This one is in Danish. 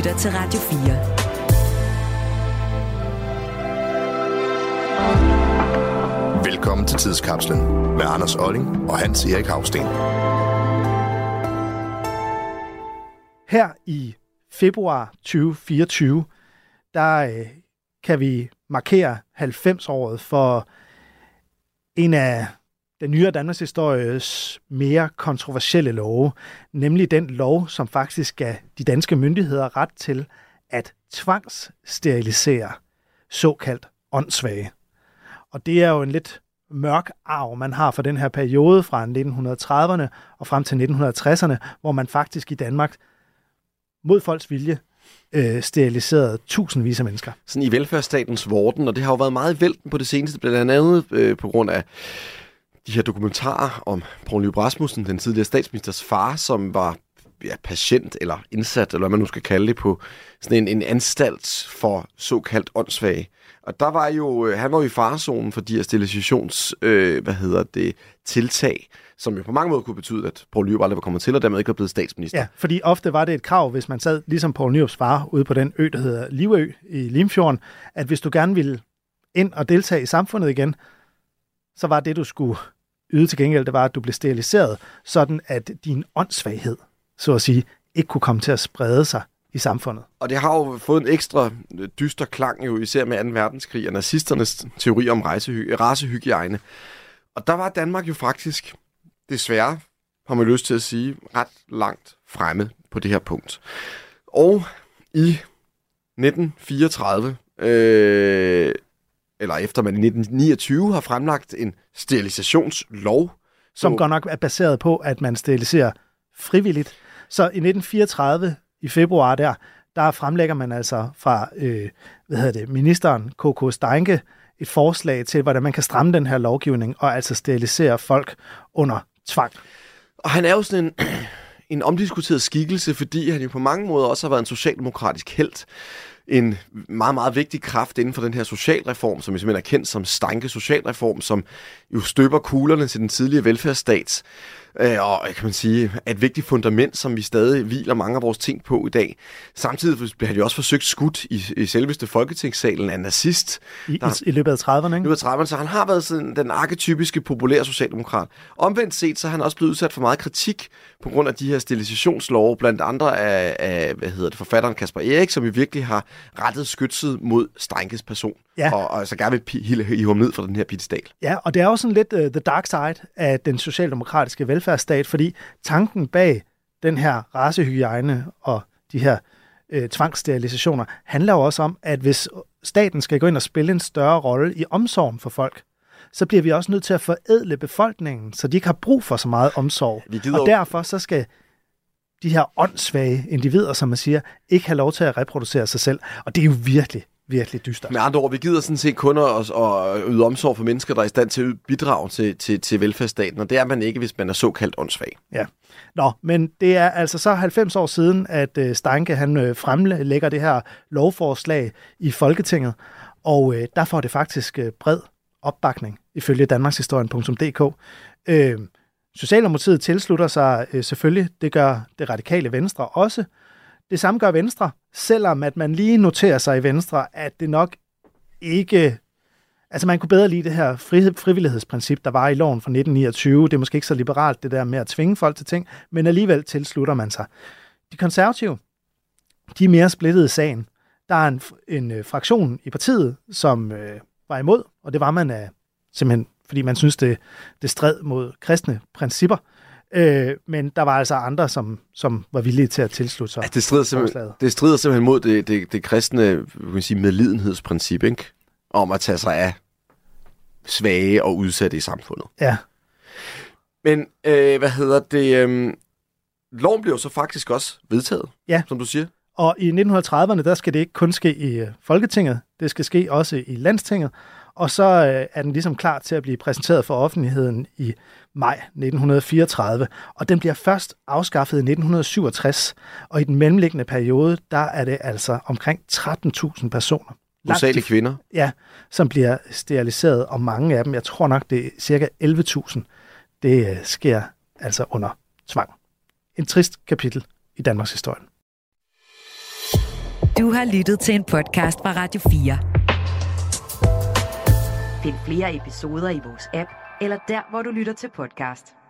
lytter til Radio 4. Velkommen til Tidskapslen med Anders Olling og Hans Erik Hausten. Her i februar 2024, der kan vi markere 90-året for en af den nyere Danmarks histories mere kontroversielle love, nemlig den lov, som faktisk gav de danske myndigheder ret til at tvangssterilisere såkaldt åndssvage. Og det er jo en lidt mørk arv, man har for den her periode fra 1930'erne og frem til 1960'erne, hvor man faktisk i Danmark mod folks vilje steriliseret tusindvis af mennesker. Sådan i velfærdsstatens vorden, og det har jo været meget i vælten på det seneste, blandt andet på grund af de her dokumentarer om Poul Nyrup Rasmussen, den tidligere statsministers far, som var patient eller indsat, eller hvad man nu skal kalde det, på sådan en anstalt for såkaldt åndssvage. Og der var jo, han var jo i farezonen for de her sterilisations, tiltag, som jo på mange måder kunne betyde, at Poul Nyrup aldrig var kommet til, og dermed ikke var blevet statsminister. Ja, fordi ofte var det et krav, hvis man sad ligesom Poul Nyrups far ude på den ø, der hedder Livø i Limfjorden, at hvis du gerne ville ind og deltage i samfundet igen, så var det, du skulle yde til gengæld, det var, at du blev steriliseret, sådan at din åndssvaghed, så at sige, ikke kunne komme til at sprede sig i samfundet. Og det har jo fået en ekstra dyster klang, jo især med 2. verdenskrig og nazisternes teori om racehygiejne. Og der var Danmark jo faktisk, desværre, har man lyst til at sige, ret langt fremme på det her punkt. Og i 1934, eller efter man i 1929 har fremlagt en sterilisationslov, som godt nok er baseret på, at man steriliserer frivilligt. Så i 1934, i februar der fremlægger man altså fra ministeren K.K. Steincke et forslag til, hvordan man kan stramme den her lovgivning og altså sterilisere folk under tvang. Og han er jo sådan en omdiskuteret skikkelse, fordi han jo på mange måder også har været en socialdemokratisk helt. En meget, meget vigtig kraft inden for den her socialreform, som jo simpelthen er kendt som Steincke socialreform, som jo støber kuglerne til den tidlige velfærdsstat. Og kan man sige, er et vigtigt fundament, som vi stadig hviler mange af vores ting på i dag. Samtidig bliver han jo også forsøgt skudt i selveste folketingssalen af en nazist. I løbet af 30'erne, ikke? I løbet af 30'erne, så han har været sådan den arketypiske populære socialdemokrat. Omvendt set, så har han også blevet udsat for meget kritik på grund af de her sterilisationslove, blandt andre af forfatteren Caspar Erik, som vi virkelig har rettet skytset mod Steinckes person. Ja. Og så gerne vil hive ham ned fra den her piedestal. Ja, og det er jo sådan lidt the dark side af den socialdemokratiske velfærdsstat, fordi tanken bag den her racehygiejne og de her tvangssterilisationer handler jo også om, at hvis staten skal gå ind og spille en større rolle i omsorgen for folk, så bliver vi også nødt til at forædle befolkningen, så de ikke har brug for så meget omsorg. Og derfor så skal de her åndssvage individer, som man siger, ikke have lov til at reproducere sig selv. Og det er jo virkelig dystert. Med andre ord, vi gider sådan set kun at yde omsorg for mennesker, der er i stand til at bidrage til velfærdsstaten, og det er man ikke, hvis man er såkaldt åndssvag. Ja. Nå, men det er altså så 90 år siden, at Steincke han fremlægger det her lovforslag i Folketinget, og der får det faktisk bred opbakning ifølge danmarkshistorien.dk. Socialdemokratiet tilslutter sig selvfølgelig, det gør det radikale Venstre også. Det samme gør Venstre, selvom at man lige noterer sig i Venstre, at det nok ikke... Altså man kunne bedre lide det her frivillighedsprincip, der var i loven fra 1929. Det er måske ikke så liberalt, det der med at tvinge folk til ting, men alligevel tilslutter man sig. De konservative, de er mere splittede i sagen. Der er en fraktion i partiet, som var imod, og det var man simpelthen, fordi man synes, det stred mod kristne principper. Men der var altså andre, som var villige til at tilslutte sig. Ja, det strider simpelthen mod det kristne medlidenhedsprincip, ikke? Om at tage sig af svage og udsatte i samfundet. Ja. Men, loven blev så faktisk også vedtaget, som du siger. Og i 1930'erne, der skal det ikke kun ske i Folketinget, det skal ske også i Landstinget. Og så er den ligesom klar til at blive præsenteret for offentligheden i maj 1934. Og den bliver først afskaffet i 1967. Og i den mellemliggende periode, der er det altså omkring 13.000 personer. Hovedsageligt kvinder. Ja, som bliver steriliseret, og mange af dem, jeg tror nok, det er cirka 11.000, det sker altså under tvang. En trist kapitel i Danmarks historie. Du har lyttet til en podcast fra Radio 4. Find flere episoder i vores app, eller der, hvor du lytter til podcast.